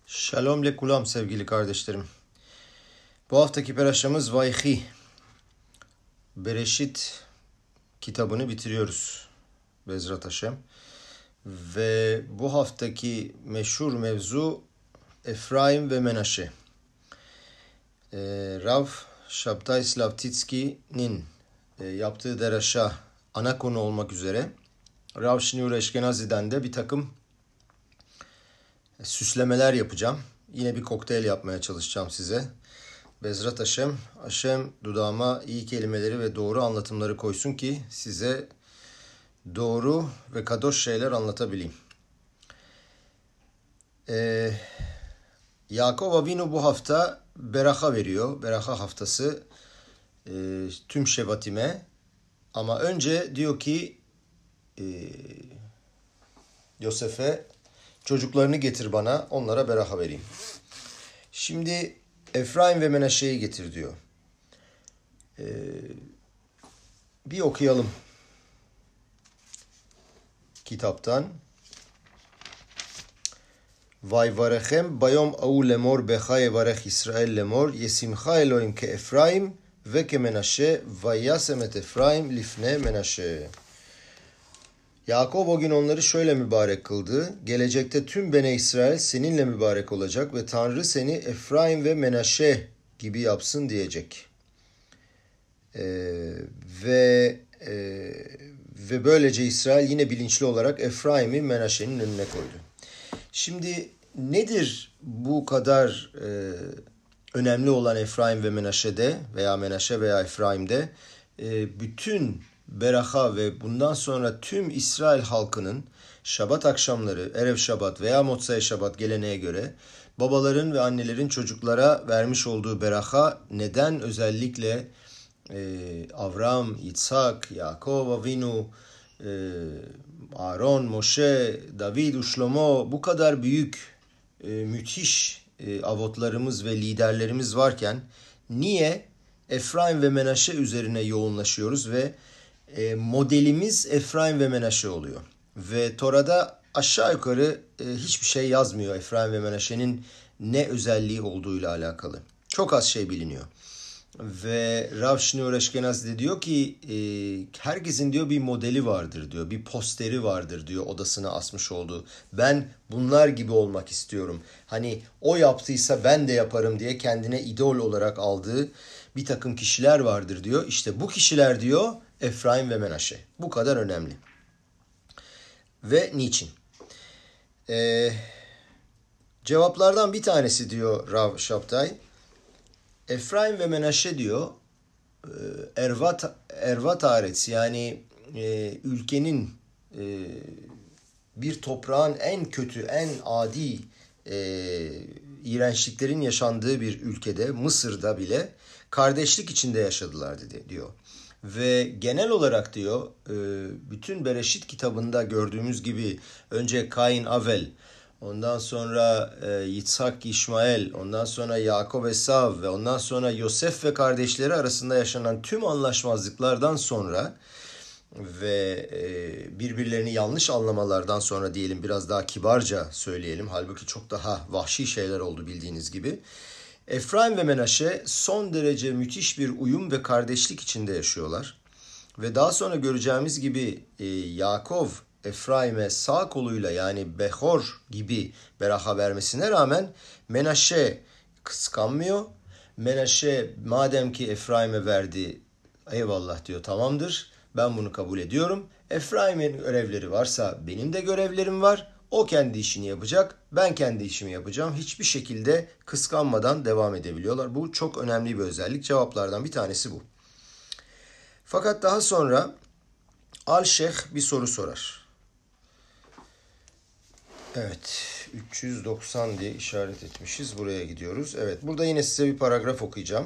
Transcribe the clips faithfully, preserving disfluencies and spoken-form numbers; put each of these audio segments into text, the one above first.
Shalom lekulam sevgili kardeşlerim. Bu haftaki peraşamız Vayhi. Bereşit kitabını bitiriyoruz. Bezrat Haşem. Ve bu haftaki meşhur mevzu Efraim ve Menaşe. Ee, Rav Shabtai Slavtitski'nin e, yaptığı deraşa ana konu olmak üzere Rav Shneur Eşkenazi'den de bir takım süslemeler yapacağım. Yine bir kokteyl yapmaya çalışacağım size. Bezrat Haşem, Haşem dudağıma iyi kelimeleri ve doğru anlatımları koysun ki size doğru ve kadoş şeyler anlatabileyim. Ee, Yaakov Avinu bu hafta beraha veriyor. Beraha haftası e, tüm şevatime. Ama önce diyor ki e, Yosef'e çocuklarını getir bana, onlara beraha vereyim. Şimdi Efraim ve Menaşe'yi getir diyor. Ee, bir okuyalım kitaptan. Vayvarechem bayom au lemor becha yevarech İsrail lemor yesimcha Elohim ke Efraim ve ke Menaşe vayasem et Efraim lifne Menaşe. Yaakov o gün onları şöyle mübarek kıldı. Gelecekte tüm Bene İsrail seninle mübarek olacak ve Tanrı seni Efraim ve Menaşe gibi yapsın diyecek. Ee, ve e, ve böylece İsrail yine bilinçli olarak Efraim'i Menaşe'nin önüne koydu. Şimdi nedir bu kadar e, önemli olan Efraim ve Menaşe'de veya Menaşe veya Efraim'de? E, bütün beraha ve bundan sonra tüm İsrail halkının Şabat akşamları, Erev Şabat veya Motsai Şabat geleneğe göre babaların ve annelerin çocuklara vermiş olduğu beraha neden özellikle e, Avram, İtsak, Yaakov Avinu, e, Aaron, Moshe, David, Shlomo bu kadar büyük, e, müthiş e, avotlarımız ve liderlerimiz varken niye Efraim ve Menaşe üzerine yoğunlaşıyoruz ve e, modelimiz Efraim ve Menaşe oluyor. Ve Tora'da aşağı yukarı e, hiçbir şey yazmıyor Efraim ve Menaşe'nin ne özelliği olduğuyla alakalı. Çok az şey biliniyor. Ve Rav Shneur Eşkenazi de diyor ki e, herkesin diyor bir modeli vardır diyor. Bir posteri vardır diyor odasına asmış olduğu. Ben bunlar gibi olmak istiyorum. Hani o yaptıysa ben de yaparım diye kendine idol olarak aldığı bir takım kişiler vardır diyor. İşte bu kişiler diyor Efraim ve Menaşe. Bu kadar önemli. Ve niçin? Ee, cevaplardan bir tanesi diyor Rav Shabtai. Efraim ve Menaşe diyor Ervat, Ervat Aretz yani e, ülkenin e, bir toprağın en kötü, en adi e, iğrençliklerin yaşandığı bir ülkede, Mısır'da bile kardeşlik içinde yaşadılar dedi, diyor. Ve genel olarak diyor bütün Bereşit kitabında gördüğümüz gibi önce Kain, Avel, ondan sonra Yitzhak, İşmael, ondan sonra Yaakov, Esav ve ondan sonra Yosef ve kardeşleri arasında yaşanan tüm anlaşmazlıklardan sonra ve birbirlerini yanlış anlamalardan sonra diyelim, biraz daha kibarca söyleyelim. Halbuki çok daha vahşi şeyler oldu bildiğiniz gibi. Efraim ve Menaşe son derece müthiş bir uyum ve kardeşlik içinde yaşıyorlar. Ve daha sonra göreceğimiz gibi e, Yaakov Efraim'e sağ koluyla yani Behor gibi beraha vermesine rağmen Menaşe kıskanmıyor. Menaşe madem ki Efraim'e verdi, eyvallah diyor, tamamdır, ben bunu kabul ediyorum. Efraim'in görevleri varsa benim de görevlerim var. O kendi işini yapacak, ben kendi işimi yapacağım. Hiçbir şekilde kıskanmadan devam edebiliyorlar. Bu çok önemli bir özellik. Cevaplardan bir tanesi bu. Fakat daha sonra Al-Şeyh bir soru sorar. Evet, üç yüz doksan diye işaret etmişiz. Buraya gidiyoruz. Evet, burada yine size bir paragraf okuyacağım.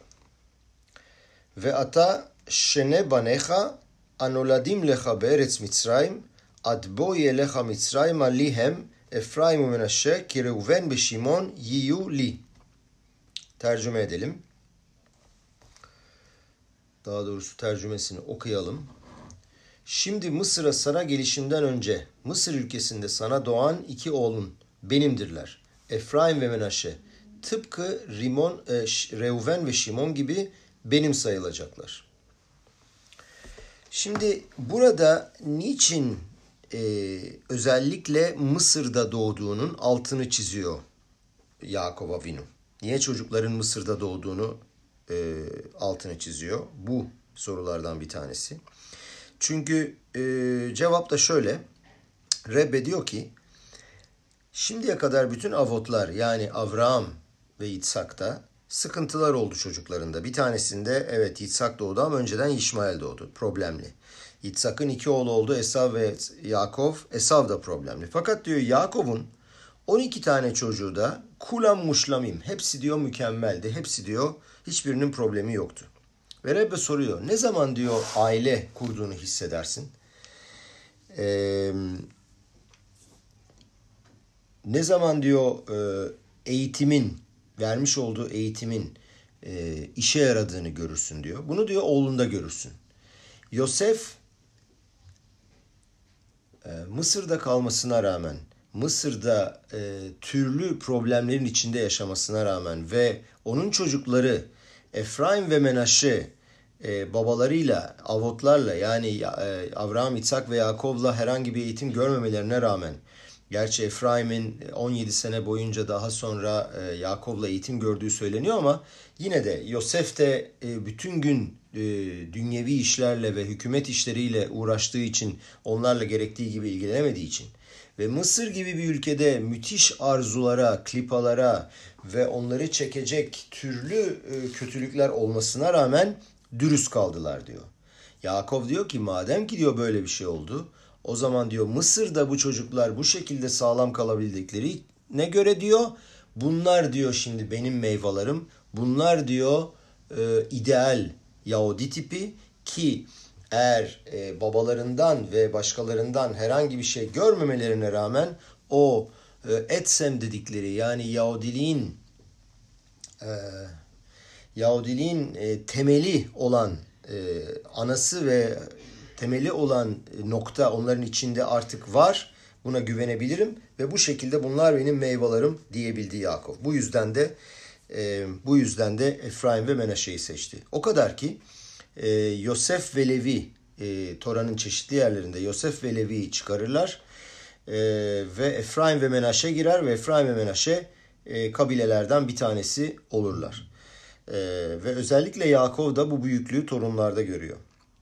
Ve ata şene banecha anoladim lecha be'eretz Mitzrayim adbo yelecha Mitzrayim lihem Efraim ve Menaşe ki Reuven ve Şimon yiyu li. Tercüme edelim. Daha doğrusu tercümesini okuyalım. Şimdi Mısır'a sana gelişimden önce Mısır ülkesinde sana doğan iki oğlun benimdirler. Efraim ve Menaşe tıpkı Rimon, e, Reuven ve Şimon gibi benim sayılacaklar. Şimdi burada niçin e, özellikle Mısır'da doğduğunun altını çiziyor Yaakov Avinu? Niye çocukların Mısır'da doğduğunu e, altını çiziyor? Bu sorulardan bir tanesi. Çünkü e, cevap da şöyle. Rebbe diyor ki, şimdiye kadar bütün avotlar yani Avraham ve Yitzhak'ta sıkıntılar oldu çocuklarında. Bir tanesinde evet Yitzhak doğdu ama önceden İşmael doğdu. Problemli. Yitzhak'ın iki oğlu oldu, Esav ve Yaakov. Esav da problemli. Fakat diyor Yaakov'un on iki tane çocuğu da kulam muşlamim. Hepsi diyor mükemmeldi. Hepsi diyor hiçbirinin problemi yoktu. Ve Rebbe soruyor, ne zaman diyor aile kurduğunu hissedersin? Eee... Ne zaman diyor eğitimin, vermiş olduğu eğitimin işe yaradığını görürsün diyor. Bunu diyor oğlunda görürsün. Yosef Mısır'da kalmasına rağmen, Mısır'da türlü problemlerin içinde yaşamasına rağmen ve onun çocukları Efraim ve Menaşe babalarıyla, avotlarla yani Avraham, İtsak ve Yakov'la herhangi bir eğitim görmemelerine rağmen, gerçi Efraim'in on yedi sene boyunca daha sonra e, Yakov'la eğitim gördüğü söyleniyor ama yine de Yosef de e, bütün gün e, dünyevi işlerle ve hükümet işleriyle uğraştığı için, onlarla gerektiği gibi ilgilenemediği için ve Mısır gibi bir ülkede müthiş arzulara, klipalara ve onları çekecek türlü e, kötülükler olmasına rağmen dürüst kaldılar diyor. Yakov diyor ki madem ki diyor böyle bir şey oldu, o zaman diyor Mısır'da bu çocuklar bu şekilde sağlam kalabildikleri ne göre diyor, bunlar diyor şimdi benim meyvelerim, bunlar diyor e, ideal Yahudi tipi ki eğer e, babalarından ve başkalarından herhangi bir şey görmemelerine rağmen o e, etsem dedikleri yani Yahudiliğin e, Yahudiliğin e, temeli olan e, anası ve temeli olan nokta onların içinde artık var. Buna güvenebilirim ve bu şekilde bunlar benim meyvelerim diyebildi Yakov. Bu yüzden de e, bu yüzden de Efraim ve Menaşe'yi seçti. O kadar ki e, Yosef ve Levi e, Tora'nın çeşitli yerlerinde Yosef ve Levi'yi çıkarırlar e, ve Efraim ve Menaşe girer ve Efraim ve Menaşe e, kabilelerden bir tanesi olurlar. E, ve özellikle Yakov da bu büyüklüğü torunlarda görüyor.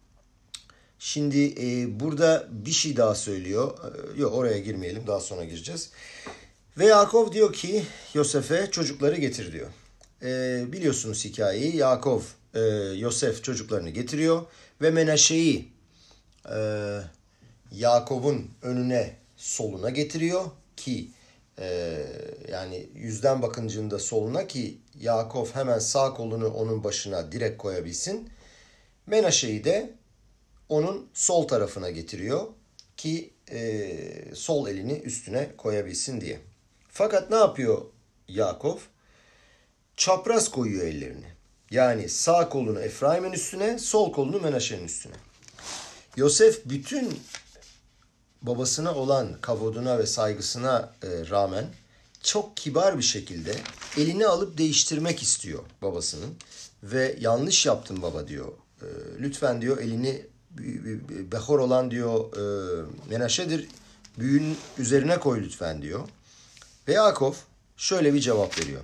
Şimdi e, burada bir şey daha söylüyor. E, yok oraya girmeyelim, daha sonra gireceğiz. Ve Yakov diyor ki Yosef'e çocukları getir diyor. E, biliyorsunuz hikayeyi. Yakov, e, Yosef çocuklarını getiriyor ve Menaşe'yi e, Yakov'un önüne soluna getiriyor ki e, yani yüzden bakıncında soluna ki Yakov hemen sağ kolunu onun başına direkt koyabilsin. Menaşe'yi de onun sol tarafına getiriyor ki e, sol elini üstüne koyabilsin diye. Fakat ne yapıyor Yakov? Çapraz koyuyor ellerini. Yani sağ kolunu Efraim'in üstüne, sol kolunu Menaşe'nin üstüne. Yosef bütün babasına olan kavoduna ve saygısına e, rağmen çok kibar bir şekilde elini alıp değiştirmek istiyor babasının. Ve yanlış yaptın baba diyor. E, lütfen diyor elini Behor olan diyor e, Menaşe'dir, büyüğün üzerine koy lütfen diyor. Ve Yakov şöyle bir cevap veriyor.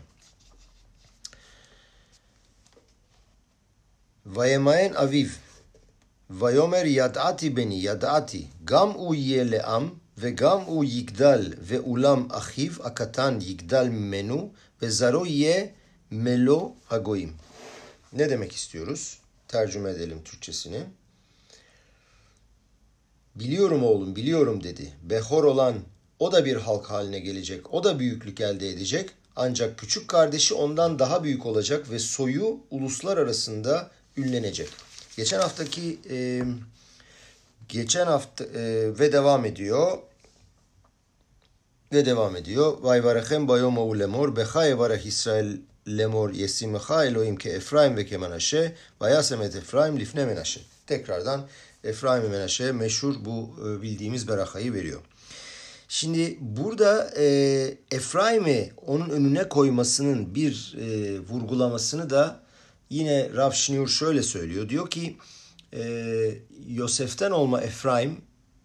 Vayemayen aviv vayomer yad'ati beni yad'ati gam u ye le'am ve gam u yigdal ve ulam achiv akatan yigdal menu ve zaro ye melo hagoyim. Ne demek istiyoruz? Tercüme edelim Türkçesini. Biliyorum oğlum, biliyorum dedi. Behor olan o da bir halk haline gelecek. O da büyüklük elde edecek. Ancak küçük kardeşi ondan daha büyük olacak ve soyu uluslar arasında ünlenecek. Geçen haftaki e, geçen hafta e, ve devam ediyor. Ve devam ediyor. Vay varachem bayom o lemor becha varach İsrail lemor yesimecha Elohim ke Efraim ve ke Menaşe vayasemet Efraim lifne Menaşe. Tekrardan Efraim ve Menaşe meşhur bu bildiğimiz berakayı veriyor. Şimdi burada e, Efraim'i onun önüne koymasının bir e, vurgulamasını da yine Rav Shneur şöyle söylüyor. Diyor ki e, Yosef'ten olma Efraim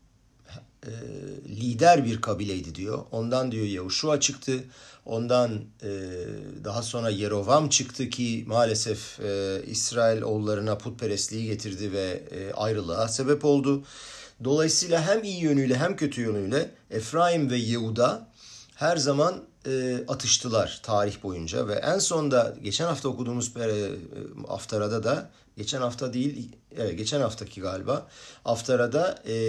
e, lider bir kabileydi diyor. Ondan diyor Yahuşua çıktı. Ondan e, daha sonra Yerovam çıktı ki maalesef e, İsrail oğullarına putperestliği getirdi ve e, ayrılığa sebep oldu. Dolayısıyla hem iyi yönüyle hem kötü yönüyle Efraim ve Yehuda her zaman e, atıştılar tarih boyunca ve en sonda geçen hafta okuduğumuz e, Haftarada da geçen hafta değil evet, geçen haftaki galiba Haftarada e,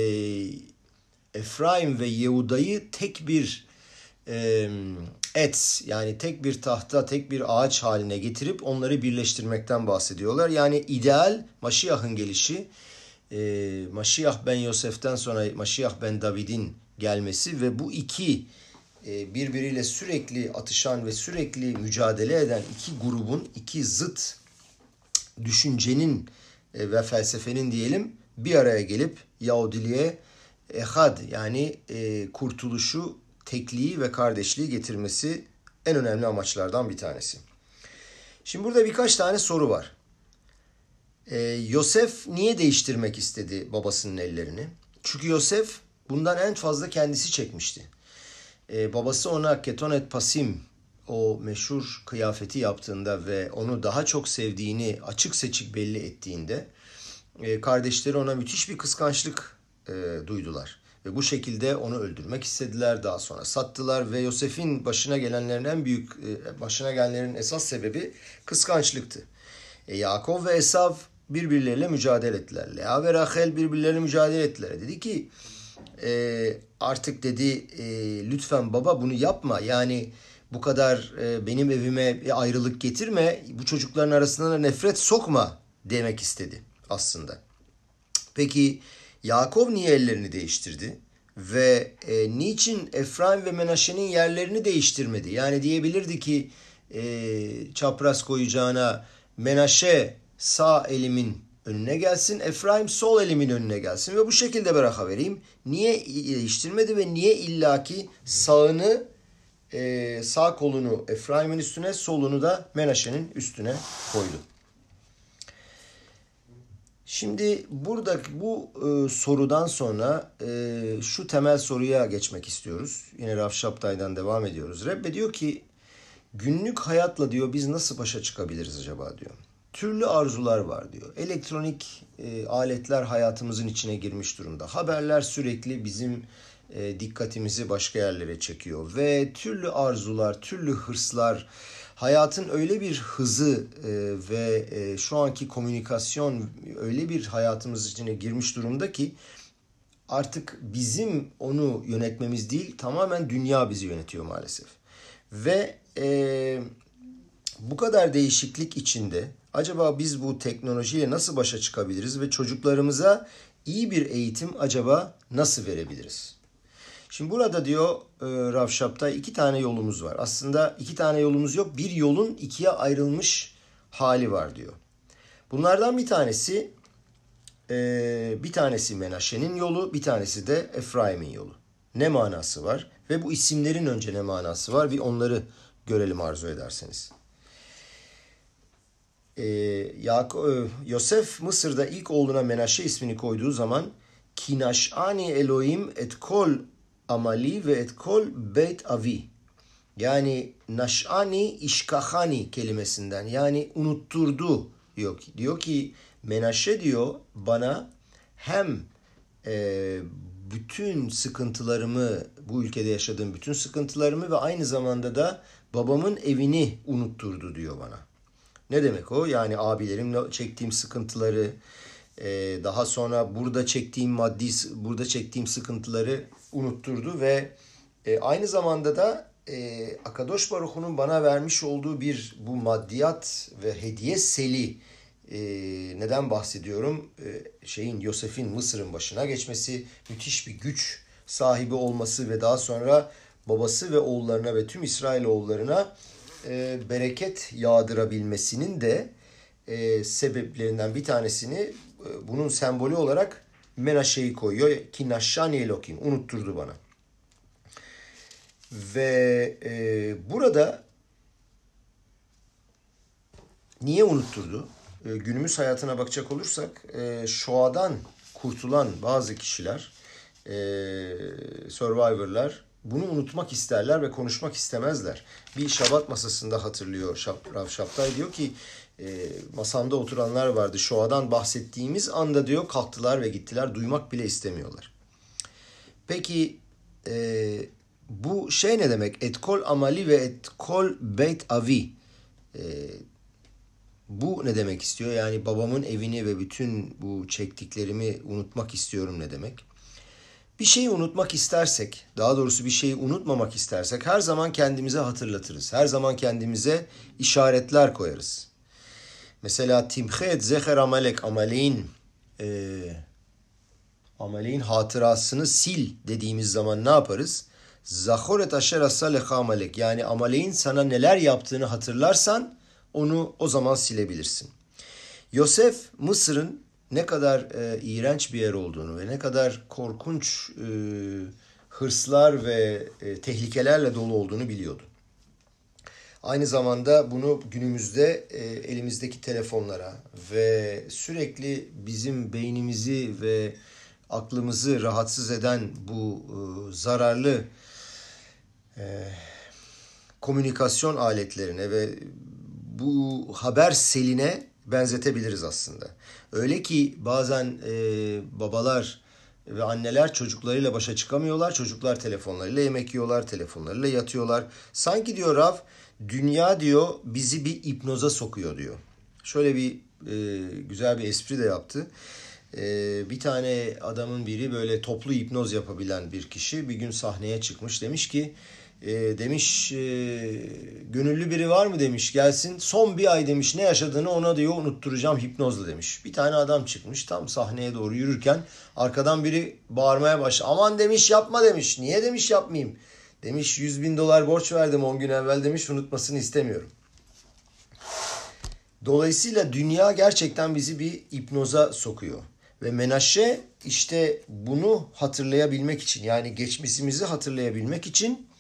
Efraim ve Yehuda'yı tek bir e, et yani tek bir tahta tek bir ağaç haline getirip onları birleştirmekten bahsediyorlar. Yani ideal Maşiyah'ın gelişi, e, Maşiyah ben Yosef'ten sonra Maşiyah ben David'in gelmesi ve bu iki e, birbiriyle sürekli atışan ve sürekli mücadele eden iki grubun, iki zıt düşüncenin e, ve felsefenin diyelim bir araya gelip Yahudiliğe ehad yani e, kurtuluşu, tekliği ve kardeşliği getirmesi en önemli amaçlardan bir tanesi. Şimdi burada birkaç tane soru var. Ee, Yosef niye değiştirmek istedi babasının ellerini? Çünkü Yosef bundan en fazla kendisi çekmişti. Ee, babası ona ketonet pasim, o meşhur kıyafeti yaptığında ve onu daha çok sevdiğini açık seçik belli ettiğinde e, kardeşleri ona müthiş bir kıskançlık e, duydular. Ve bu şekilde onu öldürmek istediler. Daha sonra sattılar ve Yosef'in başına gelenlerin en büyük, başına gelenlerin esas sebebi kıskançlıktı. E, Yakov ve Esav birbirleriyle mücadele ettiler. Lea ve Rachel birbirleriyle mücadele ettiler. Dedi ki e, artık dedi e, lütfen baba bunu yapma. Yani bu kadar e, benim evime bir ayrılık getirme. Bu çocukların arasına nefret sokma demek istedi aslında. Peki Yakov niye ellerini değiştirdi? Ve e, niçin Efraim ve Menaşe'nin yerlerini değiştirmedi? Yani diyebilirdi ki e, çapraz koyacağına Menaşe sağ elimin önüne gelsin, Efraim sol elimin önüne gelsin ve bu şekilde beraka vereyim. Niye değiştirmedi ve niye illaki sağını, e, sağ kolunu Efraim'in üstüne, solunu da Menaşe'nin üstüne koydu? Şimdi burada bu e, sorudan sonra e, şu temel soruya geçmek istiyoruz. Yine Rav Shabtai'den devam ediyoruz. Rebbe diyor ki günlük hayatla diyor biz nasıl başa çıkabiliriz acaba diyor. Türlü arzular var diyor. Elektronik e, aletler hayatımızın içine girmiş durumda. Haberler sürekli bizim e, dikkatimizi başka yerlere çekiyor. Ve türlü arzular, türlü hırslar, hayatın öyle bir hızı e, ve e, şu anki komünikasyon öyle bir hayatımız içine girmiş durumda ki artık bizim onu yönetmemiz değil, tamamen dünya bizi yönetiyor maalesef. Ve e, bu kadar değişiklik içinde acaba biz bu teknolojiyle nasıl başa çıkabiliriz ve çocuklarımıza iyi bir eğitim acaba nasıl verebiliriz? Şimdi burada diyor e, Rav Shabtai iki tane yolumuz var. Aslında iki tane yolumuz yok. Bir yolun ikiye ayrılmış hali var diyor. Bunlardan bir tanesi e, bir tanesi Menaşe'nin yolu, bir tanesi de Efraim'in yolu. Ne manası var? Ve bu isimlerin önce ne manası var? Bir onları görelim arzu ederseniz. E, Yakov, Yosef Mısır'da ilk oğluna Menaşe ismini koyduğu zaman Kinaşani Elohim et kol amali ve et kol beit avi. Yani naşani işkahani kelimesinden yani unutturdu diyor ki, diyor ki Menaşe diyor bana hem e, bütün sıkıntılarımı bu ülkede yaşadığım bütün sıkıntılarımı ve aynı zamanda da babamın evini unutturdu diyor bana. Ne demek o? Yani abilerimle çektiğim sıkıntıları, daha sonra burada çektiğim maddi, burada çektiğim sıkıntıları unutturdu ve aynı zamanda da Akadosh Baruch'un bana vermiş olduğu bir bu maddiyat ve hediye seli, neden bahsediyorum? Şeyin Yosef'in Mısır'ın başına geçmesi, müthiş bir güç sahibi olması ve daha sonra babası ve oğullarına ve tüm İsrailoğullarına e, bereket yağdırabilmesinin de e, sebeplerinden bir tanesini e, bunun sembolü olarak Menaşe'yi koyuyor. Ki Naşşani Elokim unutturdu bana. Ve e, burada niye unutturdu? E, günümüz hayatına bakacak olursak e, Shoah'dan kurtulan bazı kişiler, e, Survivor'lar bunu unutmak isterler ve konuşmak istemezler. Bir Şabat masasında hatırlıyor Şap, Rav Şaptay, diyor ki e, masamda oturanlar vardı. Shoah'dan bahsettiğimiz anda diyor kalktılar ve gittiler. Duymak bile istemiyorlar. Peki e, bu şey ne demek? Etkol amali ve etkol beyt avi. E, bu ne demek istiyor? Yani babamın evini ve bütün bu çektiklerimi unutmak istiyorum ne demek? Bir şeyi unutmak istersek, daha doğrusu bir şeyi unutmamak istersek her zaman kendimize hatırlatırız. Her zaman kendimize işaretler koyarız. Mesela timhet zeher amalek, amaleğin e, amaleğin hatırasını sil dediğimiz zaman ne yaparız? Zahoret aşer asaleha amalek, yani amaleğin sana neler yaptığını hatırlarsan onu o zaman silebilirsin. Yosef Mısır'ın ne kadar e, iğrenç bir yer olduğunu ve ne kadar korkunç e, hırslar ve e, tehlikelerle dolu olduğunu biliyordu. Aynı zamanda bunu günümüzde e, elimizdeki telefonlara ve sürekli bizim beynimizi ve aklımızı rahatsız eden bu e, zararlı e, komünikasyon aletlerine ve bu haber seline benzetebiliriz aslında. Öyle ki bazen e, babalar ve anneler çocuklarıyla başa çıkamıyorlar. Çocuklar telefonlarıyla yemek yiyorlar, telefonlarıyla yatıyorlar. Sanki diyor Rav, dünya diyor bizi bir hipnoza sokuyor diyor. Şöyle bir e, güzel bir espri de yaptı. E, bir tane adamın biri böyle toplu hipnoz yapabilen bir kişi bir gün sahneye çıkmış. Demiş ki E, demiş e, gönüllü biri var mı demiş, gelsin son bir ay demiş ne yaşadığını ona diyor unutturacağım hipnozla demiş. Bir tane adam çıkmış, tam sahneye doğru yürürken arkadan biri bağırmaya başladı. Aman demiş yapma demiş. Niye demiş yapmayayım? Demiş yüz bin dolar borç verdim on gün evvel demiş, unutmasını istemiyorum. Dolayısıyla dünya gerçekten bizi bir hipnoza sokuyor. Ve Menaşe işte bunu hatırlayabilmek için, yani geçmişimizi hatırlayabilmek için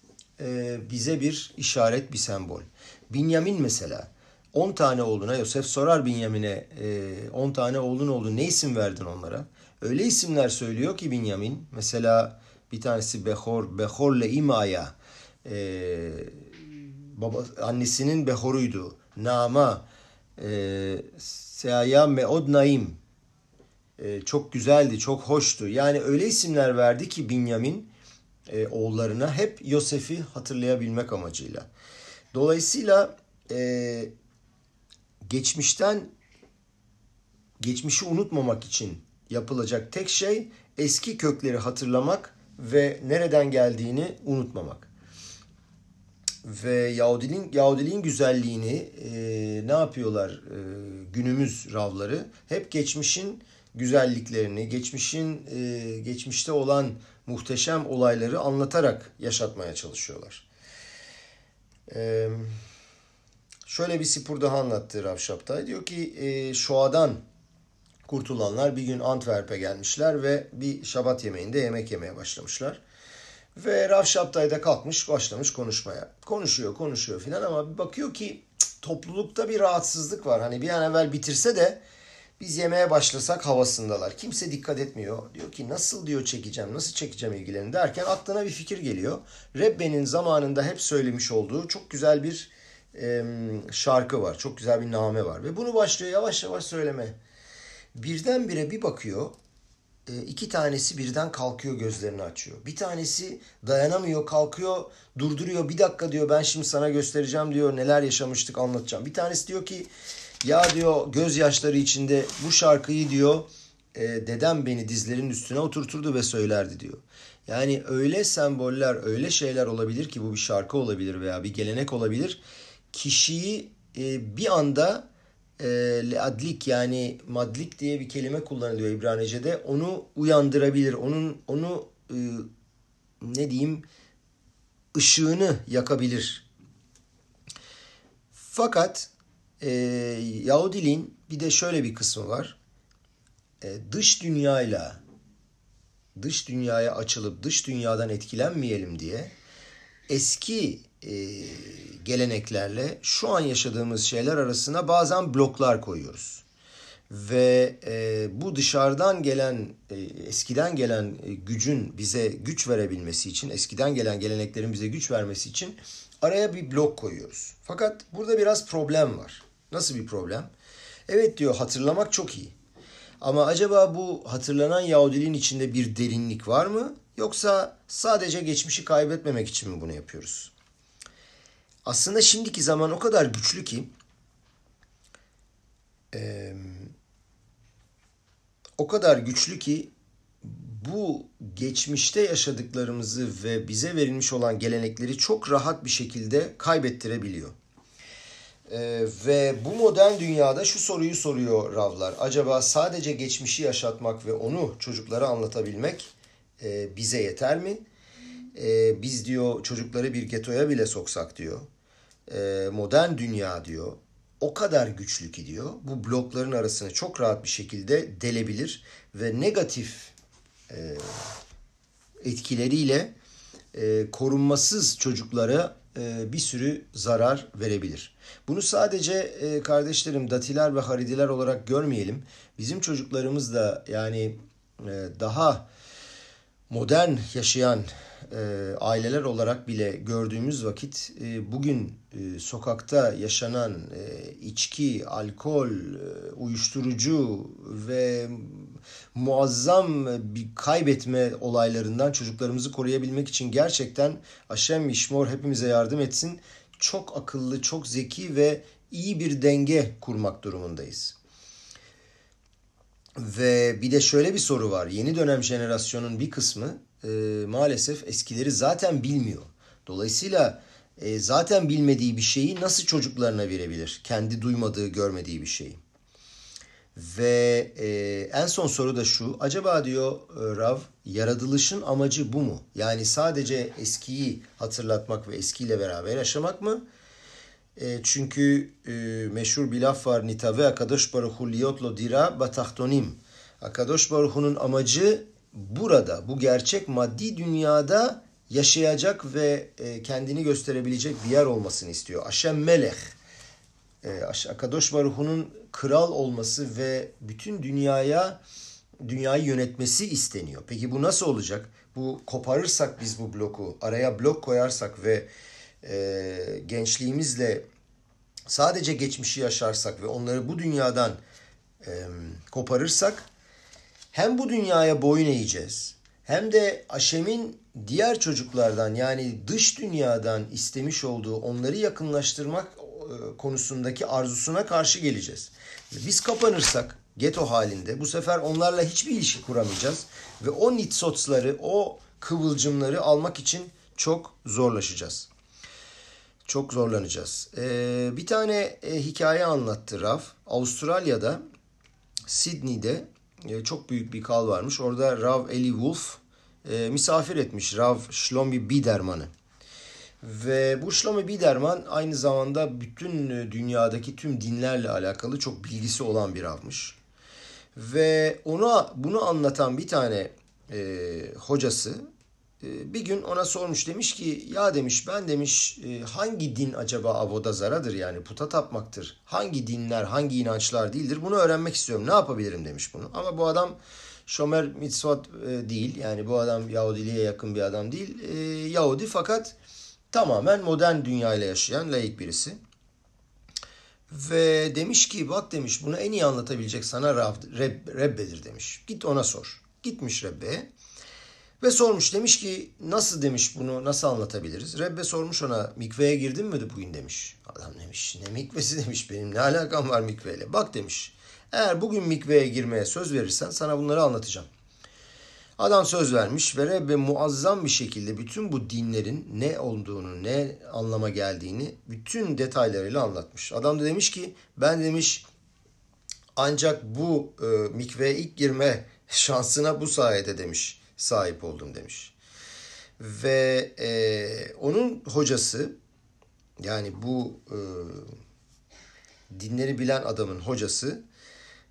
bize bir işaret, bir sembol. Binyamin mesela on tane oğluna, Yosef sorar Binyamin'e on tane oğlun oldu, ne isim verdin onlara? Öyle isimler söylüyor ki Binyamin, mesela bir tanesi Behor, Behor'le İma'ya, e, baba, annesinin Behor'uydu. Naama, e, Seaya Meod Naim, e, çok güzeldi, çok hoştu. Yani öyle isimler verdi ki Binyamin E, oğullarına hep Yosef'i hatırlayabilmek amacıyla. Dolayısıyla e, geçmişten geçmişi unutmamak için yapılacak tek şey eski kökleri hatırlamak ve nereden geldiğini unutmamak. Ve Yahudiliğin, Yahudiliğin güzelliğini e, ne yapıyorlar e, günümüz Ravları? Hep geçmişin güzelliklerini, geçmişin e, geçmişte olan muhteşem olayları anlatarak yaşatmaya çalışıyorlar. Ee, şöyle bir sipur daha anlattı Rav Şaptay. Diyor ki e, Shoah'dan kurtulanlar bir gün Antwerp'e gelmişler ve bir Şabat yemeğinde yemek yemeye başlamışlar. Ve Rav Şaptay da kalkmış başlamış konuşmaya. Konuşuyor konuşuyor filan ama bir bakıyor ki cık, toplulukta bir rahatsızlık var. Hani bir an evvel bitirse de biz yemeye başlasak havasındalar. Kimse dikkat etmiyor. Diyor ki nasıl diyor çekeceğim, nasıl çekeceğim ilgilerini derken aklına bir fikir geliyor. Rebbe'nin zamanında hep söylemiş olduğu çok güzel bir e, şarkı var. Çok güzel bir name var. Ve bunu başlıyor yavaş yavaş söyleme. Birdenbire bir bakıyor. E, iki tanesi birden kalkıyor, gözlerini açıyor. Bir tanesi dayanamıyor, kalkıyor, durduruyor. Bir dakika diyor, ben şimdi sana göstereceğim diyor, neler yaşamıştık anlatacağım. Bir tanesi diyor ki ya diyor gözyaşları içinde bu şarkıyı diyor e, dedem beni dizlerinin üstüne oturturdu ve söylerdi diyor. Yani öyle semboller, öyle şeyler olabilir ki, bu bir şarkı olabilir veya bir gelenek olabilir. Kişiyi e, bir anda e, leadlik, yani madlik diye bir kelime kullanılıyor İbranice'de. Onu uyandırabilir, onun onu e, ne diyeyim ışığını yakabilir. Fakat e, Yahudiliğin bir de şöyle bir kısmı var. E, dış dünyayla dış dünyaya açılıp dış dünyadan etkilenmeyelim diye eski e, geleneklerle şu an yaşadığımız şeyler arasına bazen bloklar koyuyoruz. Ve e, bu dışarıdan gelen, e, eskiden gelen e, gücün bize güç verebilmesi için, eskiden gelen geleneklerin bize güç vermesi için araya bir blok koyuyoruz. Fakat burada biraz problem var. Nasıl bir problem? Evet diyor, hatırlamak çok iyi. Ama acaba bu hatırlanan Yahudiliğin içinde bir derinlik var mı? Yoksa sadece geçmişi kaybetmemek için mi bunu yapıyoruz? Aslında şimdiki zaman o kadar güçlü ki, e, o kadar güçlü ki bu geçmişte yaşadıklarımızı ve bize verilmiş olan gelenekleri çok rahat bir şekilde kaybettirebiliyor. Ee, ve bu modern dünyada şu soruyu soruyor Ravlar. Acaba sadece geçmişi yaşatmak ve onu çocuklara anlatabilmek e, bize yeter mi? E, biz diyor çocukları bir getoya bile soksak diyor. E, modern dünya diyor. O kadar güçlü ki diyor. Bu blokların arasını çok rahat bir şekilde delebilir ve negatif e, etkileriyle e, korunmasız çocuklara e, bir sürü zarar verebilir. Bunu sadece e, kardeşlerim Datiler ve Haridiler olarak görmeyelim. Bizim çocuklarımız da yani e, daha modern yaşayan e, aileler olarak bile gördüğümüz vakit e, bugün e, sokakta yaşanan e, içki, alkol, e, uyuşturucu ve muazzam bir kaybetme olaylarından çocuklarımızı koruyabilmek için gerçekten Haşem Yişmor hepimize yardım etsin. Çok akıllı, çok zeki ve iyi bir denge kurmak durumundayız. Ve bir de şöyle bir soru var. Yeni dönem jenerasyonun bir kısmı e, maalesef eskileri zaten bilmiyor. Dolayısıyla e, zaten bilmediği bir şeyi nasıl çocuklarına verebilir? Kendi duymadığı, görmediği bir şeyi. Ve e, en son soru da şu. Acaba diyor e, Rav, yaratılışın amacı bu mu? Yani sadece eskiyi hatırlatmak ve eskiyle beraber yaşamak mı? E, çünkü e, meşhur bir laf var. Nitave Akadosh Baruchu liyotlo dira batahtonim. Akadosh Baruchu'nun amacı burada, bu gerçek maddi dünyada yaşayacak ve e, kendini gösterebilecek bir yer olmasını istiyor. Haşem Melech. E, Akadosh Baruchu'nun kral olması ve bütün dünyaya dünyayı yönetmesi isteniyor. Peki bu nasıl olacak? Bu koparırsak biz bu bloku, araya blok koyarsak ve e, gençliğimizle sadece geçmişi yaşarsak ve onları bu dünyadan e, koparırsak hem bu dünyaya boyun eğeceğiz hem de Haşem'in diğer çocuklardan yani dış dünyadan istemiş olduğu onları yakınlaştırmak e, konusundaki arzusuna karşı geleceğiz. Biz kapanırsak geto halinde bu sefer onlarla hiçbir ilişki kuramayacağız ve o nitsotsları, o kıvılcımları almak için çok zorlaşacağız. Çok zorlanacağız. Ee, bir tane e, hikaye anlattı Rav. Avustralya'da, Sydney'de e, çok büyük bir kal varmış. Orada Rav Eli Wolf e, misafir etmiş Rav Shlomi Biderman'ı. Ve bu Shlomi Biderman aynı zamanda bütün dünyadaki tüm dinlerle alakalı çok bilgisi olan bir Ravmış. Ve ona bunu anlatan bir tane e, hocası bir gün ona sormuş, demiş ki ya demiş ben demiş hangi din acaba avodazaradır yani puta tapmaktır. Hangi dinler hangi inançlar değildir bunu öğrenmek istiyorum, ne yapabilirim demiş bunu. Ama bu adam Şomer Mitzvot değil yani bu adam Yahudiliğe yakın bir adam değil. Yahudi fakat tamamen modern dünyayla yaşayan laik birisi. Ve demiş ki bak demiş bunu en iyi anlatabilecek sana Rab, Reb, Rebbe'dir demiş. Git ona sor. Gitmiş Rebbe'ye. Ve sormuş, demiş ki nasıl demiş bunu nasıl anlatabiliriz? Rebbe sormuş ona, mikveye girdin mi bugün demiş. Adam demiş ne mikvesi demiş, benim ne alakam var mikveyle. Bak demiş eğer bugün mikveye girmeye söz verirsen sana bunları anlatacağım. Adam söz vermiş ve Rebbe muazzam bir şekilde bütün bu dinlerin ne olduğunu, ne anlama geldiğini bütün detaylarıyla anlatmış. Adam da demiş ki ben demiş ancak bu e, mikveye ilk girme şansına bu sayede demiş sahip oldum demiş. Ve e, onun hocası yani bu e, dinleri bilen adamın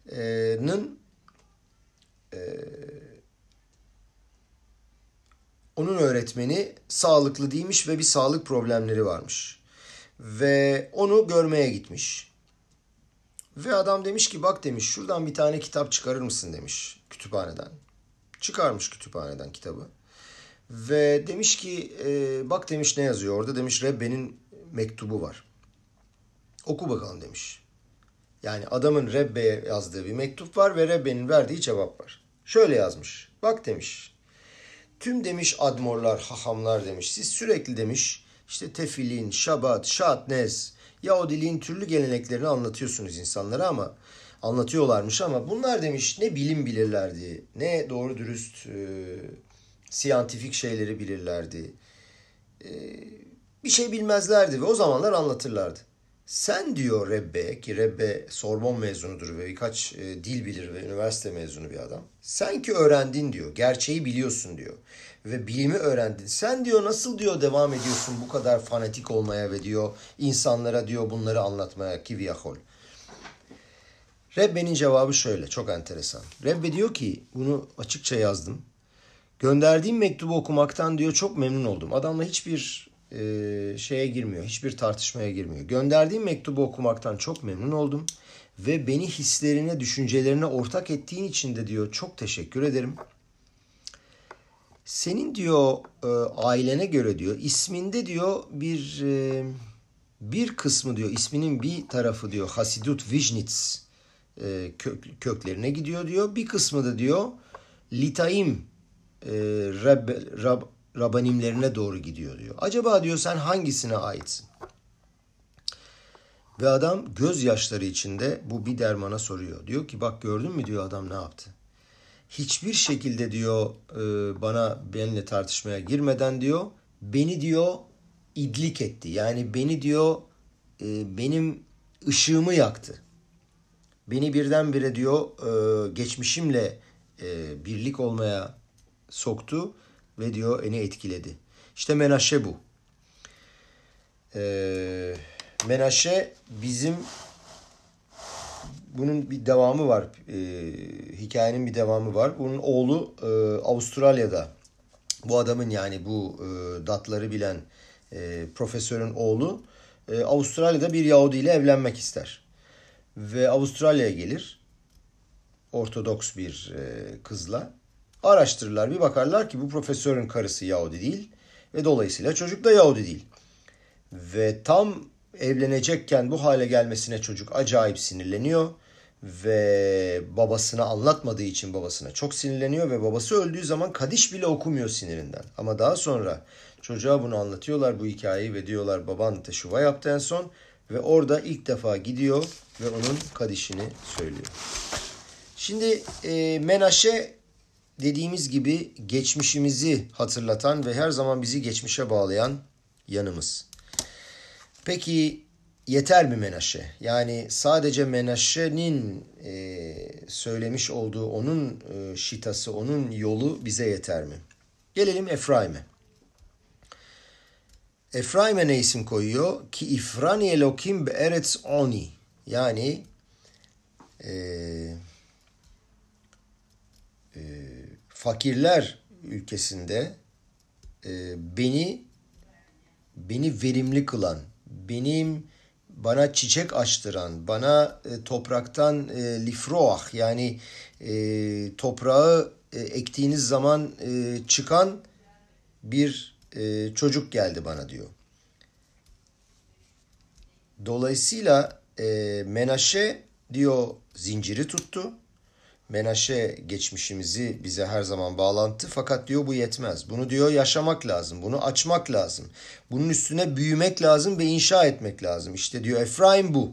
hocasının e, onun öğretmeni sağlıklı değilmiş ve bir sağlık problemleri varmış. Ve onu görmeye gitmiş. Ve adam demiş ki bak demiş şuradan bir tane kitap çıkarır mısın demiş kütüphaneden. Çıkarmış kütüphaneden kitabı. Ve demiş ki e, bak demiş ne yazıyor orada demiş Rebbe'nin mektubu var. Oku bakalım demiş. Yani adamın Rebbe'ye yazdığı bir mektup var ve Rebbe'nin verdiği cevap var. Şöyle yazmış. Bak demiş. Tüm demiş admorlar, hahamlar demiş. Siz sürekli demiş işte tefilin, şabat, şatnez, Yahudiliğin türlü geleneklerini anlatıyorsunuz insanlara ama anlatıyorlarmış ama bunlar demiş ne bilim bilirlerdi, ne doğru dürüst e, siyantifik şeyleri bilirlerdi. E, bir şey bilmezlerdi ve o zamanlar anlatırlardı. Sen diyor Rebbe ki Rebbe Sorbon mezunudur ve birkaç e, dil bilir ve üniversite mezunu bir adam. Sen ki öğrendin diyor. Gerçeği biliyorsun diyor. Ve bilimi öğrendin. Sen diyor nasıl diyor devam ediyorsun bu kadar fanatik olmaya ve diyor insanlara diyor bunları anlatmaya ki viyahol. Rebbe'nin cevabı şöyle çok enteresan. Rebbe diyor ki bunu açıkça yazdım. Gönderdiğim mektubu okumaktan diyor çok memnun oldum. Adamla hiçbir e, şeye girmiyor. Hiçbir tartışmaya girmiyor. Gönderdiğim mektubu okumaktan çok memnun oldum. Ve beni hislerine, düşüncelerine ortak ettiğin için de diyor çok teşekkür ederim. Senin diyor e, ailene göre diyor isminde diyor bir e, bir kısmı diyor isminin bir tarafı diyor Hasidut Vizhnitz e, kök, köklerine gidiyor diyor. Bir kısmı da diyor Litaim e, Rab, Rab, Rabanimlerine doğru gidiyor diyor. Acaba diyor sen hangisine aitsin? Ve adam gözyaşları içinde bu bir dermana soruyor. Diyor ki bak gördün mü diyor adam ne yaptı? Hiçbir şekilde diyor bana benimle tartışmaya girmeden diyor beni diyor idlik etti. Yani beni diyor benim ışığımı yaktı. Beni birdenbire diyor geçmişimle birlik olmaya soktu ve diyor beni etkiledi. İşte Menaşe bu. Menaşe bizim bunun bir devamı var. E, hikayenin bir devamı var. Bunun oğlu e, Avustralya'da. Bu adamın yani bu e, datları bilen e, profesörün oğlu e, Avustralya'da bir Yahudi ile evlenmek ister. Ve Avustralya'ya gelir. Ortodoks bir e, kızla. Araştırırlar bir bakarlar ki bu profesörün karısı Yahudi değil. Ve dolayısıyla çocuk da Yahudi değil. Ve tam evlenecekken bu hale gelmesine çocuk acayip sinirleniyor. Ve babasına anlatmadığı için babasına çok sinirleniyor ve babası öldüğü zaman Kadiş bile okumuyor sinirinden. Ama daha sonra çocuğa bunu anlatıyorlar bu hikayeyi ve diyorlar baban teşuva yaptı en son ve orada ilk defa gidiyor ve onun Kadiş'ini söylüyor. Şimdi e, Menaşe dediğimiz gibi geçmişimizi hatırlatan ve her zaman bizi geçmişe bağlayan yanımız. Peki yeter mi Menaşe? Yani sadece Menaşe'nin e, söylemiş olduğu onun e, şitası, onun yolu bize yeter mi? Gelelim Efraim'e. Efraim'e ne isim koyuyor? Ki ifrani elokim be'eretz oni. Yani e, e, fakirler ülkesinde e, beni beni verimli kılan, benim bana çiçek açtıran, bana e, topraktan e, lifroah yani e, toprağı e, ektiğiniz zaman e, çıkan bir e, çocuk geldi bana diyor. Dolayısıyla e, Menaşe diyor zinciri tuttu. Menaşe geçmişimizi bize her zaman bağlantı fakat diyor bu yetmez. Bunu diyor yaşamak lazım, bunu açmak lazım. Bunun üstüne büyümek lazım ve inşa etmek lazım. İşte diyor Efraim bu.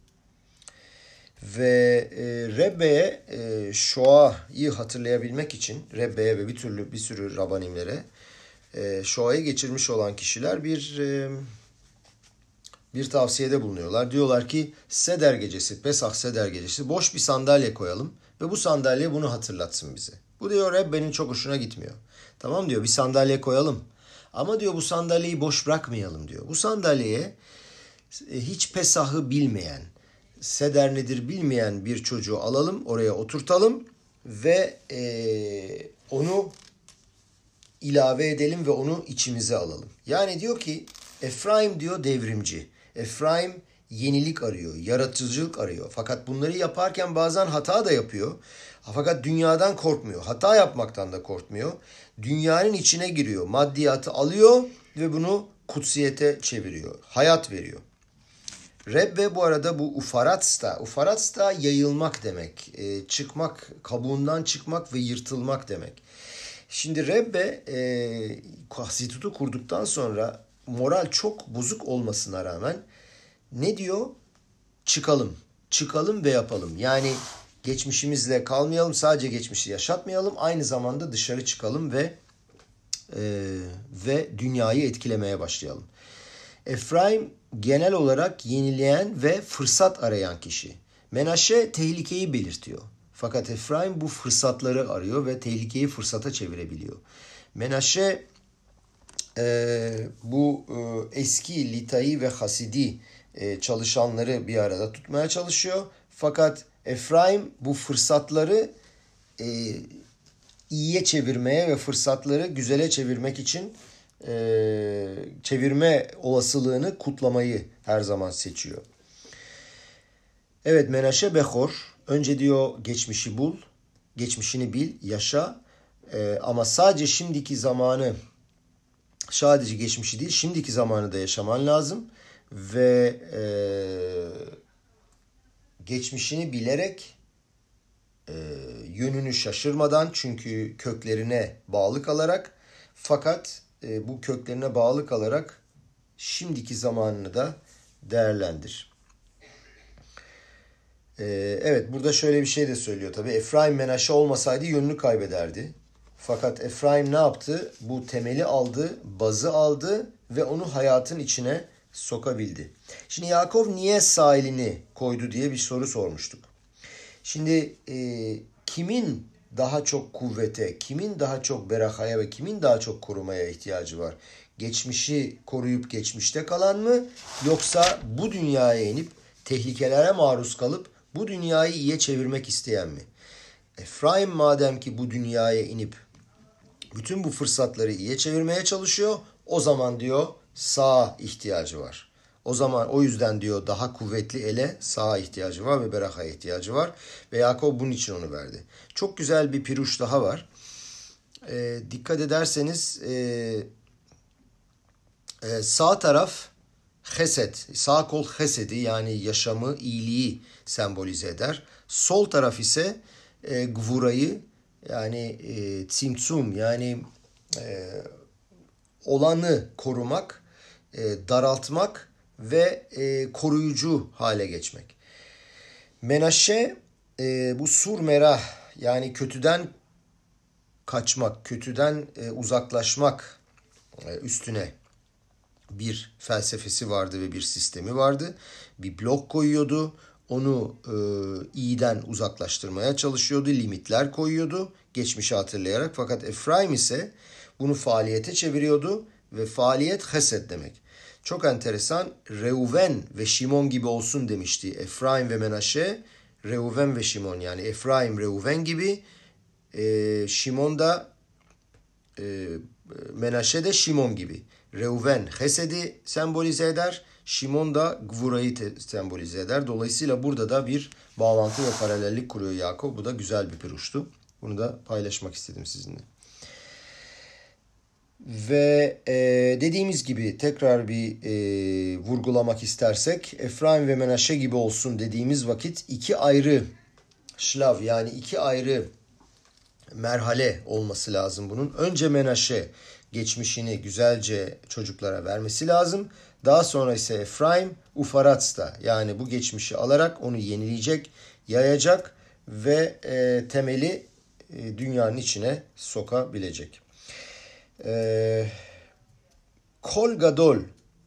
Ve e, Rebbe'ye e, Shoah'yı hatırlayabilmek için Rebbe'ye ve bir türlü bir sürü Rabanimlere e, Shoah'yı geçirmiş olan kişiler bir e, bir tavsiyede bulunuyorlar. Diyorlar ki Seder gecesi, Pesah Seder gecesi boş bir sandalye koyalım. Ve bu sandalye bunu hatırlatsın bize. Bu diyor Rebbe'nin çok hoşuna gitmiyor. Tamam diyor bir sandalye koyalım. Ama diyor bu sandalyeyi boş bırakmayalım diyor. Bu sandalyeye hiç Pesah'ı bilmeyen, Seder nedir bilmeyen bir çocuğu alalım. Oraya oturtalım ve e, onu ilave edelim ve onu içimize alalım. Yani diyor ki Efraim diyor devrimci. Efraim yenilik arıyor, yaratıcılık arıyor. Fakat bunları yaparken bazen hata da yapıyor. Fakat dünyadan korkmuyor. Hata yapmaktan da korkmuyor. Dünyanın içine giriyor. Maddiyatı alıyor ve bunu kutsiyete çeviriyor. Hayat veriyor. Rebbe bu arada bu ufaratsta. Ufaratsta yayılmak demek. E, çıkmak, kabuğundan çıkmak ve yırtılmak demek. Şimdi Rebbe e, Hasitut'u kurduktan sonra moral çok bozuk olmasına rağmen ne diyor? Çıkalım. Çıkalım ve yapalım. Yani geçmişimizle kalmayalım. Sadece geçmişi yaşatmayalım. Aynı zamanda dışarı çıkalım ve e, ve dünyayı etkilemeye başlayalım. Efraim genel olarak yenileyen ve fırsat arayan kişi. Menaşe tehlikeyi belirtiyor. Fakat Efraim bu fırsatları arıyor ve tehlikeyi fırsata çevirebiliyor. Menaşe e, bu e, eski Litai ve Hasidi e, çalışanları bir arada tutmaya çalışıyor. Fakat Efraim bu fırsatları e, iyiye çevirmeye ve fırsatları güzele çevirmek için e, çevirme olasılığını kutlamayı her zaman seçiyor. Evet, Menaşe Behor. Önce diyor geçmişi bul, geçmişini bil, yaşa. Ee, ama sadece şimdiki zamanı, sadece geçmişi değil, şimdiki zamanı da yaşaman lazım. Ve e, geçmişini bilerek, e, yönünü şaşırmadan, çünkü köklerine bağlı kalarak, fakat e, bu köklerine bağlı kalarak şimdiki zamanını da değerlendir. Evet, burada şöyle bir şey de söylüyor tabii. Efraim Menaşe olmasaydı yönünü kaybederdi. Fakat Efraim ne yaptı? Bu temeli aldı, bazı aldı ve onu hayatın içine sokabildi. Şimdi Yakov niye sağ elini koydu diye bir soru sormuştuk. Şimdi e, kimin daha çok kuvvete, kimin daha çok berakaya ve kimin daha çok korumaya ihtiyacı var? Geçmişi koruyup geçmişte kalan mı? Yoksa bu dünyaya inip tehlikelere maruz kalıp bu dünyayı iyiye çevirmek isteyen mi? Efraim madem ki bu dünyaya inip bütün bu fırsatları iyiye çevirmeye çalışıyor, o zaman diyor sağa ihtiyacı var. O zaman o yüzden diyor daha kuvvetli ele sağa ihtiyacı var ve berakaya ihtiyacı var. Ve Yakov bunun için onu verdi. Çok güzel bir piruş daha var. E, dikkat ederseniz e, e, sağ taraf Hesed, sağ kol hesedi yani yaşamı, iyiliği sembolize eder. Sol taraf ise e, gvurayı yani e, tsimtsum yani e, olanı korumak, e, daraltmak ve e, koruyucu hale geçmek. Menaşe e, bu sur merah yani kötüden kaçmak, kötüden e, uzaklaşmak e, üstüne bir felsefesi vardı ve bir sistemi vardı. Bir blok koyuyordu. Onu e, iyiden uzaklaştırmaya çalışıyordu. Limitler koyuyordu. Geçmişi hatırlayarak. Fakat Efraim ise bunu faaliyete çeviriyordu. Ve faaliyet hesed demek. Çok enteresan. Reuven ve Şimon gibi olsun demişti. Efraim ve Menaşe. Reuven ve Şimon yani Efraim Reuven gibi. E, Şimon da e, Menaşe de Şimon gibi. Reuven Hesed'i sembolize eder. Şimon da Gvura'yı sembolize eder. Dolayısıyla burada da bir bağlantı ve paralellik kuruyor Yakov. Bu da güzel bir piruştu. Bunu da paylaşmak istedim sizinle. Ve e, dediğimiz gibi tekrar bir e, vurgulamak istersek Efraim ve Menaşe gibi olsun dediğimiz vakit iki ayrı şlav yani iki ayrı merhale olması lazım bunun. Önce Menaşe geçmişini güzelce çocuklara vermesi lazım. Daha sonra ise Efraim Ufaratsta yani bu geçmişi alarak onu yenileyecek, yayacak ve e, temeli e, dünyanın içine sokabilecek. E, Kol Gadol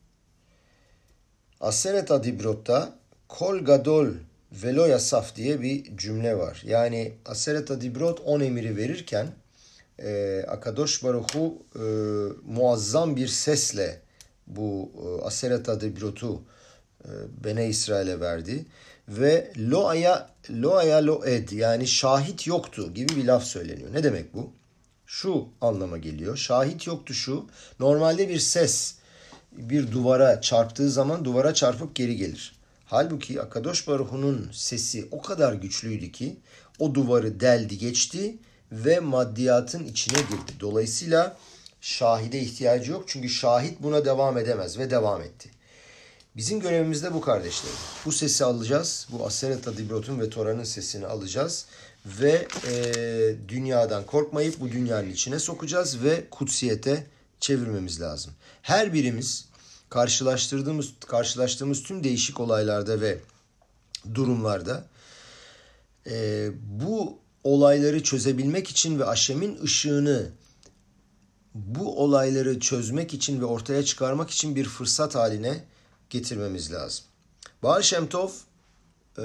Aseret Adibrot'ta Kol Gadol Velo Yasaf diye bir cümle var. Yani Aseret Adibrot on emiri verirken e, Akadosh Baruch Hu e, muazzam bir sesle bu e, Aseret Adibrot'u e, Bene İsrail'e verdi. Ve lo aya lo aya lo ed yani şahit yoktu gibi bir laf söyleniyor. Ne demek bu? şu anlama geliyor. Şahit yoktu şu. Normalde bir ses bir duvara çarptığı zaman duvara çarpıp geri gelir. Halbuki Akadosh Baruhu'nun sesi o kadar güçlüydü ki o duvarı deldi geçti ve maddiyatın içine girdi. Dolayısıyla şahide ihtiyacı yok. Çünkü şahit buna devam edemez ve devam etti. Bizim görevimiz de bu kardeşlerim. Bu sesi alacağız. Bu Aseret Adibrot'un ve Tora'nın sesini alacağız. Ve e, dünyadan korkmayıp bu dünyanın içine sokacağız ve kutsiyete çevirmemiz lazım. Her birimiz karşılaştırdığımız karşılaştığımız tüm değişik olaylarda ve durumlarda e, bu olayları çözebilmek için ve Haşem'in ışığını bu olayları çözmek için ve ortaya çıkarmak için bir fırsat haline getirmemiz lazım. Baal Shem Tov e,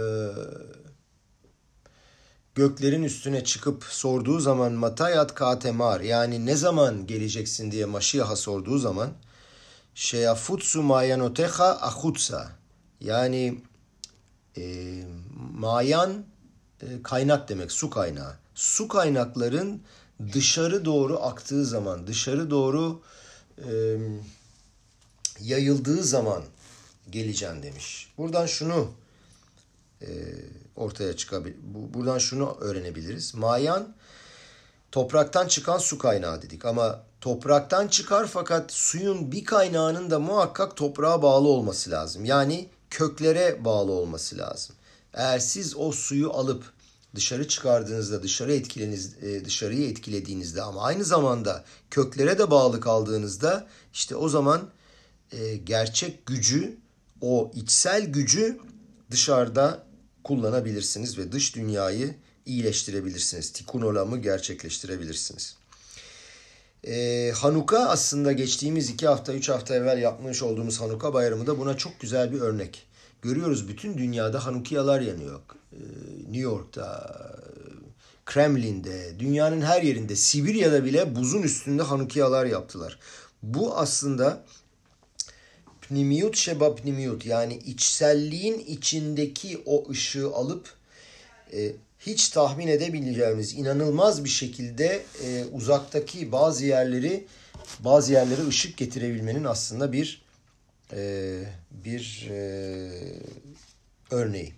göklerin üstüne çıkıp sorduğu zaman Matayat Katemar, yani ne zaman geleceksin diye Maşiyah'a sorduğu zaman Şeyafutsu Mayanotecha Ahutsa, yani e, mayan e, kaynak demek, su kaynağı. Su kaynakların dışarı doğru aktığı zaman, dışarı doğru e, yayıldığı zaman geleceğim demiş. Buradan şunu e, ortaya çıkabilir. Bu, buradan şunu öğrenebiliriz. Mayan topraktan çıkan su kaynağı dedik ama topraktan çıkar fakat suyun bir kaynağının da muhakkak toprağa bağlı olması lazım. Yani köklere bağlı olması lazım. Eğer siz o suyu alıp dışarı çıkardığınızda, dışarı etkileniz, dışarıyı etkilediğinizde ama aynı zamanda köklere de bağlı kaldığınızda işte o zaman e, gerçek gücü, o içsel gücü dışarıda kullanabilirsiniz ve dış dünyayı iyileştirebilirsiniz. Tikun olamı gerçekleştirebilirsiniz. Ee, Hanuka aslında geçtiğimiz iki hafta, üç hafta evvel yapmış olduğumuz Hanuka bayramı da buna çok güzel bir örnek. Görüyoruz bütün dünyada Hanukiyalar yanıyor. Ee, New York'ta, Kremlin'de, dünyanın her yerinde, Sibirya'da bile buzun üstünde Hanukiyalar yaptılar. Bu aslında pnimiyut şeba pnimiyut, yani içselliğin içindeki o ışığı alıp e, hiç tahmin edebileceğimiz inanılmaz bir şekilde e, uzaktaki bazı yerleri bazı yerlere ışık getirebilmenin aslında bir e, bir e, örneği.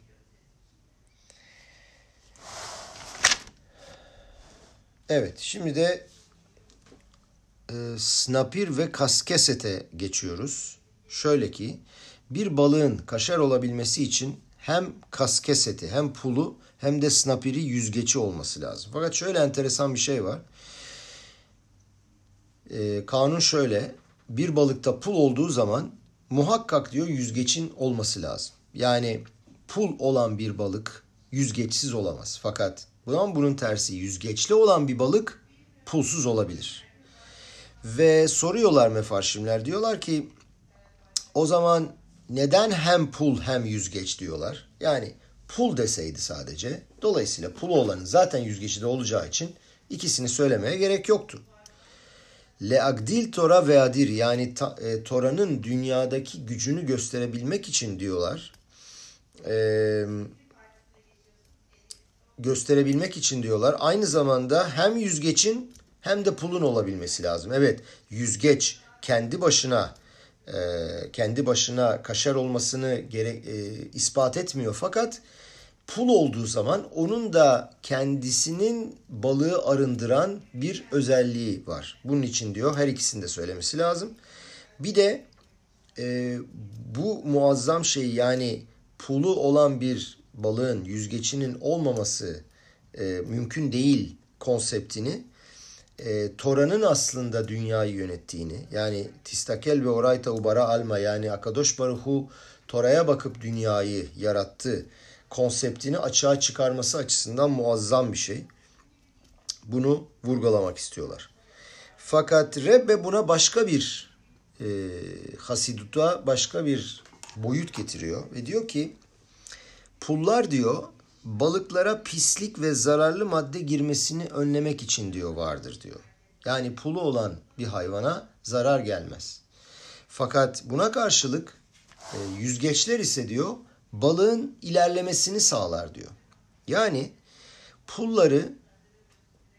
Evet, şimdi de e, snapir ve kaskesete geçiyoruz. Şöyle ki bir balığın kaşar olabilmesi için hem kaskeseti hem pulu hem de snapiri yüzgeci olması lazım. Fakat şöyle enteresan bir şey var. Ee, kanun şöyle. Bir balıkta pul olduğu zaman muhakkak diyor yüzgecin olması lazım. Yani pul olan bir balık yüzgeçsiz olamaz. Fakat bunun bunun tersi, yüzgeçli olan bir balık pulsuz olabilir. Ve soruyorlar mefarşimler, diyorlar ki o zaman neden hem pul hem yüzgeç diyorlar? Yani pul deseydi sadece, dolayısıyla pulu olanın zaten yüzgeci de olacağı için ikisini söylemeye gerek yoktu. Leagdil Tora ve adir, yani ta, e, Tora'nın dünyadaki gücünü gösterebilmek için diyorlar. E, gösterebilmek için diyorlar. Aynı zamanda hem yüzgecin hem de pulun olabilmesi lazım. Evet, yüzgeç kendi başına e, kendi başına kaşar olmasını gerek, e, ispat etmiyor. Fakat pul olduğu zaman onun da kendisinin balığı arındıran bir özelliği var. Bunun için diyor her ikisini de söylemesi lazım. Bir de e, bu muazzam şey, yani pulu olan bir balığın yüzgecinin olmaması e, mümkün değil konseptini e, Tora'nın aslında dünyayı yönettiğini, yani tistakel ve orayta ubara alma, yani Akadosh Baruhu Tora'ya bakıp dünyayı yarattı konseptini açığa çıkarması açısından muazzam bir şey. Bunu vurgulamak istiyorlar. Fakat Rebbe buna başka bir e, Hasidut'a başka bir boyut getiriyor ve diyor ki pullar diyor balıklara pislik ve zararlı madde girmesini önlemek için diyor vardır diyor. Yani pulu olan bir hayvana zarar gelmez. Fakat buna karşılık e, yüzgeçler ise diyor balığın ilerlemesini sağlar diyor. Yani pulları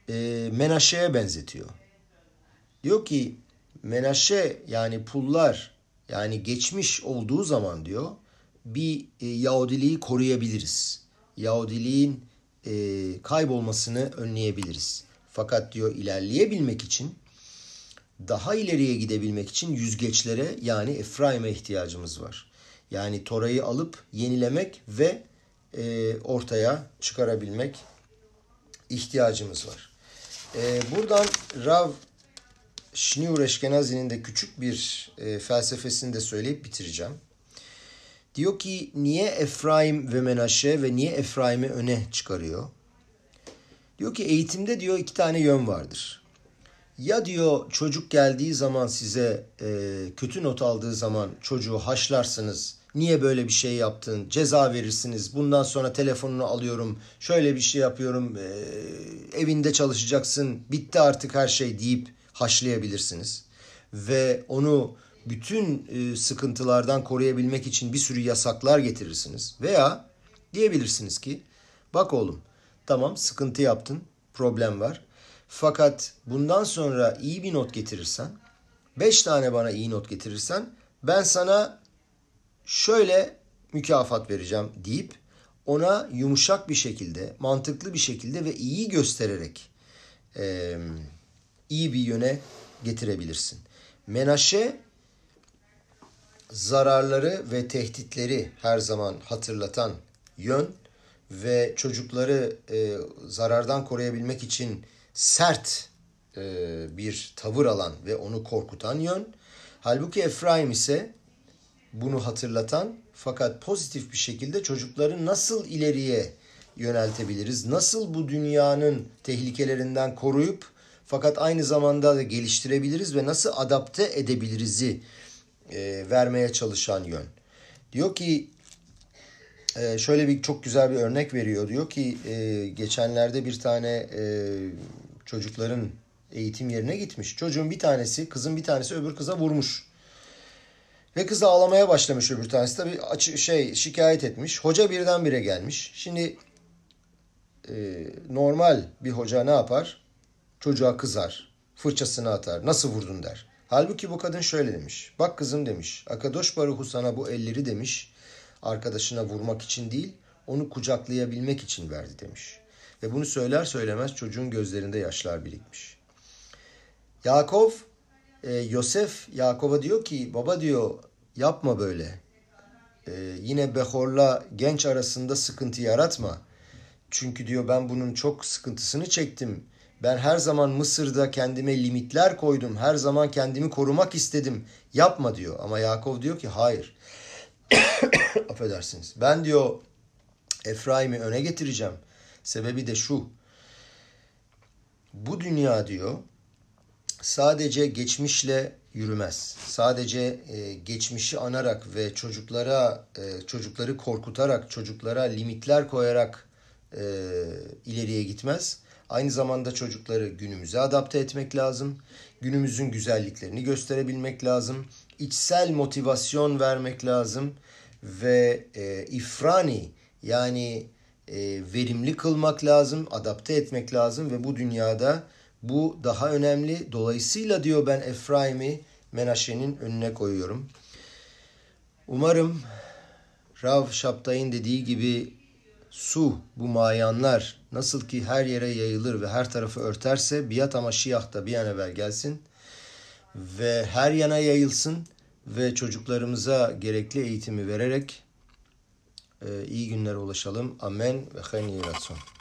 e, Menaşe'ye benzetiyor. Diyor ki Menaşe yani pullar yani geçmiş olduğu zaman diyor bir e, Yahudiliği koruyabiliriz. Yahudiliğin e, kaybolmasını önleyebiliriz. Fakat diyor ilerleyebilmek için daha ileriye gidebilmek için yüzgeçlere yani Efraim'e ihtiyacımız var. Yani Tora'yı alıp yenilemek ve e, ortaya çıkarabilmek ihtiyacımız var. E, buradan Rav Şniur Eşkenazi'nin de küçük bir e, felsefesini de söyleyip bitireceğim. Diyor ki niye Efraim ve Menaşe ve niye Efraim'i öne çıkarıyor? Diyor ki eğitimde diyor iki tane yön vardır. Ya diyor çocuk geldiği zaman size e, kötü not aldığı zaman çocuğu haşlarsınız. Niye böyle bir şey yaptın? Ceza verirsiniz. Bundan sonra telefonunu alıyorum. Şöyle bir şey yapıyorum. E, evinde çalışacaksın. Bitti artık her şey deyip haşlayabilirsiniz. Ve onu bütün e, sıkıntılardan koruyabilmek için bir sürü yasaklar getirirsiniz. Veya diyebilirsiniz ki bak oğlum tamam sıkıntı yaptın. Problem var. Fakat bundan sonra iyi bir not getirirsen, beş tane bana iyi not getirirsen ben sana şöyle mükafat vereceğim deyip ona yumuşak bir şekilde, mantıklı bir şekilde ve iyi göstererek e, iyi bir yöne getirebilirsin. Menaşe zararları ve tehditleri her zaman hatırlatan yön ve çocukları e, zarardan koruyabilmek için sert e, bir tavır alan ve onu korkutan yön. Halbuki Efraim ise bunu hatırlatan fakat pozitif bir şekilde çocukları nasıl ileriye yöneltebiliriz, nasıl bu dünyanın tehlikelerinden koruyup fakat aynı zamanda da geliştirebiliriz ve nasıl adapte edebiliriz'i e, vermeye çalışan yön. Diyor ki e, şöyle bir çok güzel bir örnek veriyor. Diyor ki e, geçenlerde bir tane e, çocukların eğitim yerine gitmiş. Çocuğun bir tanesi, kızın bir tanesi öbür kıza vurmuş. Ve kız ağlamaya başlamış öbür tanesi. Tabii açı, şey şikayet etmiş. Hoca birdenbire gelmiş. Şimdi e, normal bir hoca ne yapar? Çocuğa kızar. Fırçasını atar. Nasıl vurdun der. Halbuki bu kadın şöyle demiş. Bak kızım demiş. Akadosh Baruhu sana bu elleri demiş. Arkadaşına vurmak için değil, onu kucaklayabilmek için verdi demiş. Ve bunu söyler söylemez çocuğun gözlerinde yaşlar birikmiş. Yakov, e, Yosef Yakov'a diyor ki baba diyor yapma böyle. E, yine Behor'la genç arasında sıkıntı yaratma. Çünkü diyor ben bunun çok sıkıntısını çektim. Ben her zaman Mısır'da kendime limitler koydum. Her zaman kendimi korumak istedim. Yapma diyor. Ama Yakov diyor ki hayır. Affedersiniz. Ben diyor Efraim'i öne getireceğim. Sebebi de şu. Bu dünya diyor sadece geçmişle yürümez. Sadece e, geçmişi anarak ve çocuklara e, çocukları korkutarak, çocuklara limitler koyarak e, ileriye gitmez. Aynı zamanda çocukları günümüze adapte etmek lazım. Günümüzün güzelliklerini gösterebilmek lazım. İçsel motivasyon vermek lazım. Ve e, ifrani yani e, verimli kılmak lazım, adapte etmek lazım ve bu dünyada bu daha önemli. Dolayısıyla diyor ben Efraim'i Menaşe'nin önüne koyuyorum. Umarım Rav Şaptay'ın dediği gibi su, bu mayanlar nasıl ki her yere yayılır ve her tarafı örterse Biyat Amaşiyah da bir an evvel gelsin ve her yana yayılsın ve çocuklarımıza gerekli eğitimi vererek e, iyi günlere ulaşalım. Amen ve chen yiratzon.